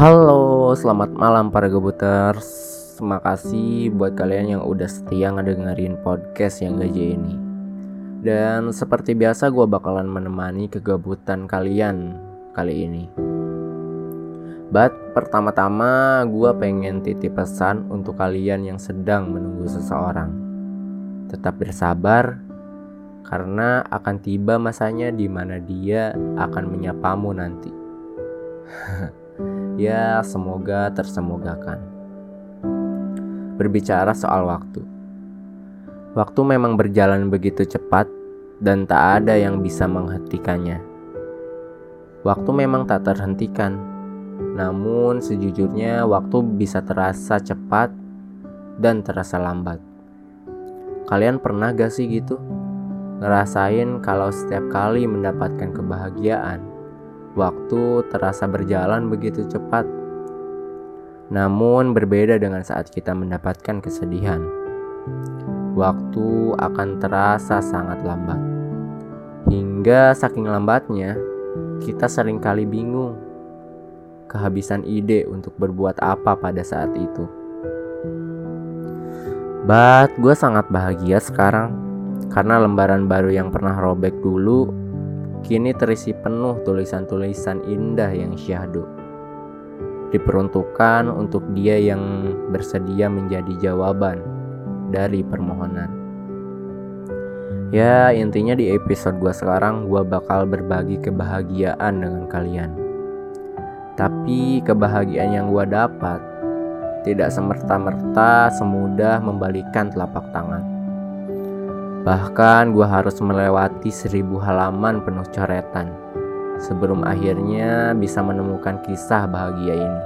Halo, selamat malam para gebuters. Terima kasih buat kalian yang udah setia ngedengerin podcast yang gaje ini. Dan seperti biasa gue bakalan menemani kegabutan kalian kali ini. Pertama-tama gue pengen titip pesan untuk kalian yang sedang menunggu seseorang. Tetap bersabar, karena akan tiba masanya di mana dia akan menyapamu nanti. Ya, semoga tersemogakan. Berbicara soal waktu. Waktu memang berjalan begitu cepat dan tak ada yang bisa menghentikannya. Waktu memang tak terhentikan. Namun sejujurnya waktu bisa terasa cepat dan terasa lambat. Kalian pernah gak sih gitu? Ngerasain kalau setiap kali mendapatkan kebahagiaan, waktu terasa berjalan begitu cepat. Namun berbeda dengan saat kita mendapatkan kesedihan. Waktu akan terasa sangat lambat. Hingga saking lambatnya, kita seringkali bingung, kehabisan ide untuk berbuat apa pada saat itu. Gue sangat bahagia sekarang, karena lembaran baru yang pernah robek dulu kini terisi penuh tulisan-tulisan indah yang syahdu, diperuntukkan untuk dia yang bersedia menjadi jawaban dari permohonan. Ya, intinya di episode gue sekarang gue bakal berbagi kebahagiaan dengan kalian. Tapi kebahagiaan yang gue dapat tidak semerta-merta semudah membalikkan telapak tangan. Bahkan gue harus melewati 1000 halaman penuh coretan sebelum akhirnya bisa menemukan kisah bahagia ini.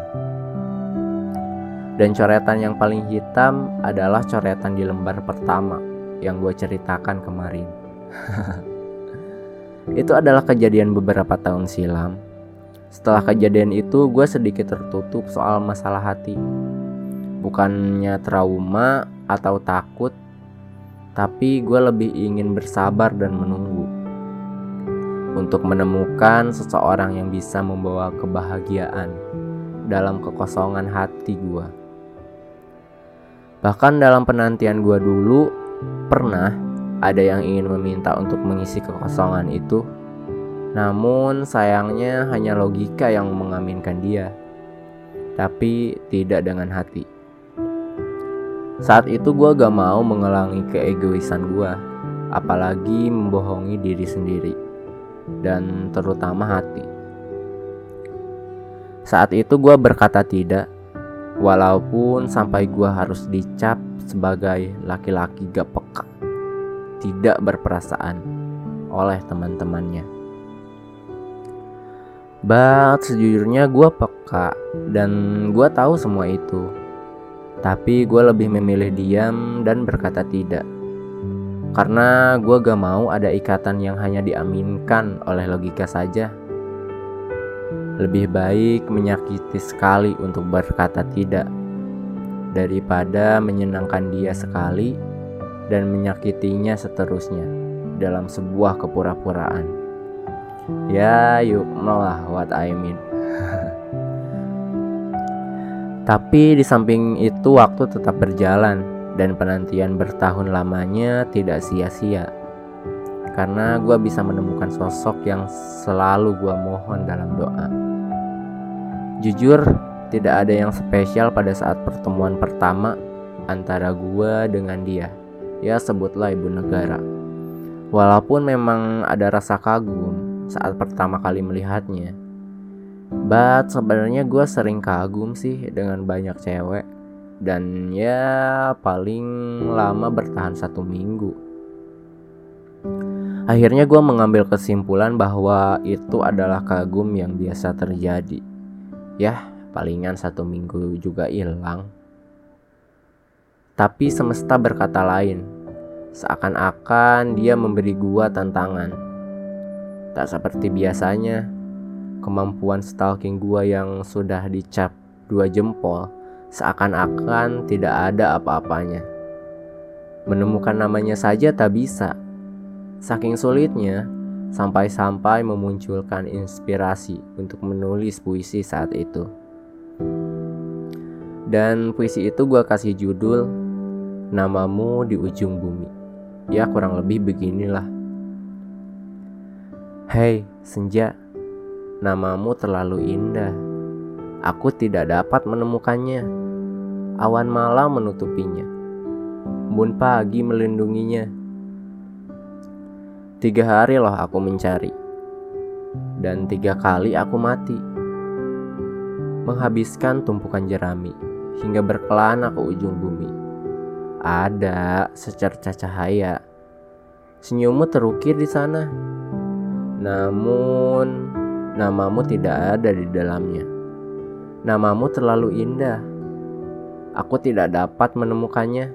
Dan coretan yang paling hitam adalah coretan di lembar pertama yang gue ceritakan kemarin. Itu adalah kejadian beberapa tahun silam. Setelah kejadian itu gue sedikit tertutup soal masalah hati. Bukannya trauma atau takut, tapi gue lebih ingin bersabar dan menunggu untuk menemukan seseorang yang bisa membawa kebahagiaan dalam kekosongan hati gue. Bahkan dalam penantian gue dulu, pernah ada yang ingin meminta untuk mengisi kekosongan itu. Namun sayangnya hanya logika yang mengaminkan dia, tapi tidak dengan hati. Saat itu gue gak mau mengulangi keegoisan gue, apalagi membohongi diri sendiri, dan terutama hati. Saat itu gue berkata tidak, walaupun sampai gue harus dicap sebagai laki-laki gak peka, tidak berperasaan oleh teman-temannya. Sejujurnya gue peka dan gue tahu semua itu. Tapi gue lebih memilih diam dan berkata tidak, karena gue gak mau ada ikatan yang hanya diaminkan oleh logika saja. Lebih baik menyakiti sekali untuk berkata tidak, daripada menyenangkan dia sekali dan menyakitinya seterusnya dalam sebuah kepura-puraan. Ya, you know lah what I mean. Tapi di samping itu waktu tetap berjalan dan penantian bertahun lamanya tidak sia-sia. Karena gue bisa menemukan sosok yang selalu gue mohon dalam doa. Jujur, tidak ada yang spesial pada saat pertemuan pertama antara gue dengan dia. Ya, sebutlah ibu negara. Walaupun memang ada rasa kagum saat pertama kali melihatnya. Sebenarnya gue sering kagum sih dengan banyak cewek. Dan ya paling lama bertahan 1 minggu. Akhirnya gue mengambil kesimpulan bahwa itu adalah kagum yang biasa terjadi. Ya palingan 1 minggu juga hilang. Tapi semesta berkata lain. Seakan-akan dia memberi gue tantangan. Tak seperti biasanya. Kemampuan stalking gua yang sudah dicap 2 jempol seakan-akan tidak ada apa-apanya. Menemukan namanya saja tak bisa. Saking sulitnya, sampai-sampai memunculkan inspirasi untuk menulis puisi saat itu. Dan puisi itu gue kasih judul Namamu di Ujung Bumi. Ya kurang lebih beginilah. Hei senja, namamu terlalu indah. Aku tidak dapat menemukannya. Awan malam menutupinya. Embun pagi melindunginya. 3 hari loh aku mencari. Dan 3 kali aku mati. Menghabiskan tumpukan jerami hingga berkelana ke ujung bumi. Ada secercah cahaya. Senyummu terukir di sana. Namun namamu tidak ada di dalamnya. Namamu terlalu indah. Aku tidak dapat menemukannya.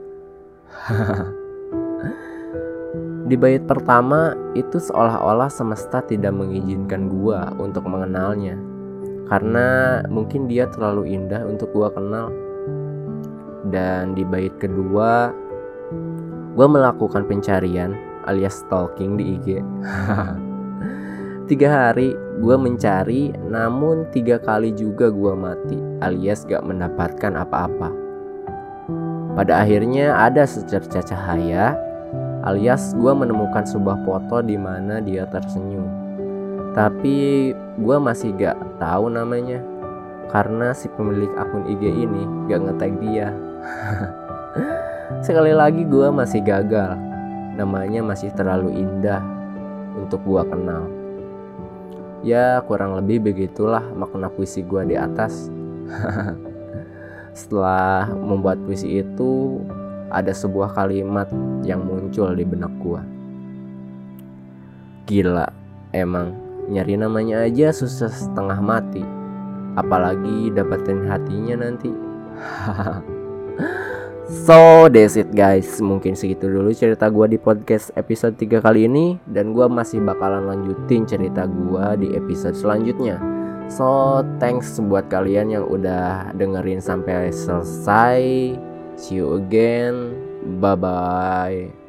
Di bait pertama itu seolah-olah semesta tidak mengizinkan gua untuk mengenalnya. Karena mungkin dia terlalu indah untuk gua kenal. Dan di bait kedua gua melakukan pencarian alias stalking di IG. 3 hari gua mencari, namun 3 kali juga gua mati alias gak mendapatkan apa-apa. Pada akhirnya ada secercah cahaya alias gua menemukan sebuah foto di mana dia tersenyum. Tapi gua masih gak tahu namanya karena si pemilik akun IG ini gak nge-tag dia. Sekali lagi gua masih gagal. Namanya masih terlalu indah untuk gua kenal. Ya kurang lebih begitulah makna puisi gua di atas. Setelah membuat puisi itu, ada sebuah kalimat yang muncul di benak gua. Gila, emang nyari namanya aja susah setengah mati, apalagi dapetin hatinya nanti. So that's it guys. Mungkin segitu dulu cerita gua di podcast episode 3 kali ini. Dan gua masih bakalan lanjutin cerita gua di episode selanjutnya. So thanks buat kalian yang udah dengerin sampai selesai. See you again. Bye bye.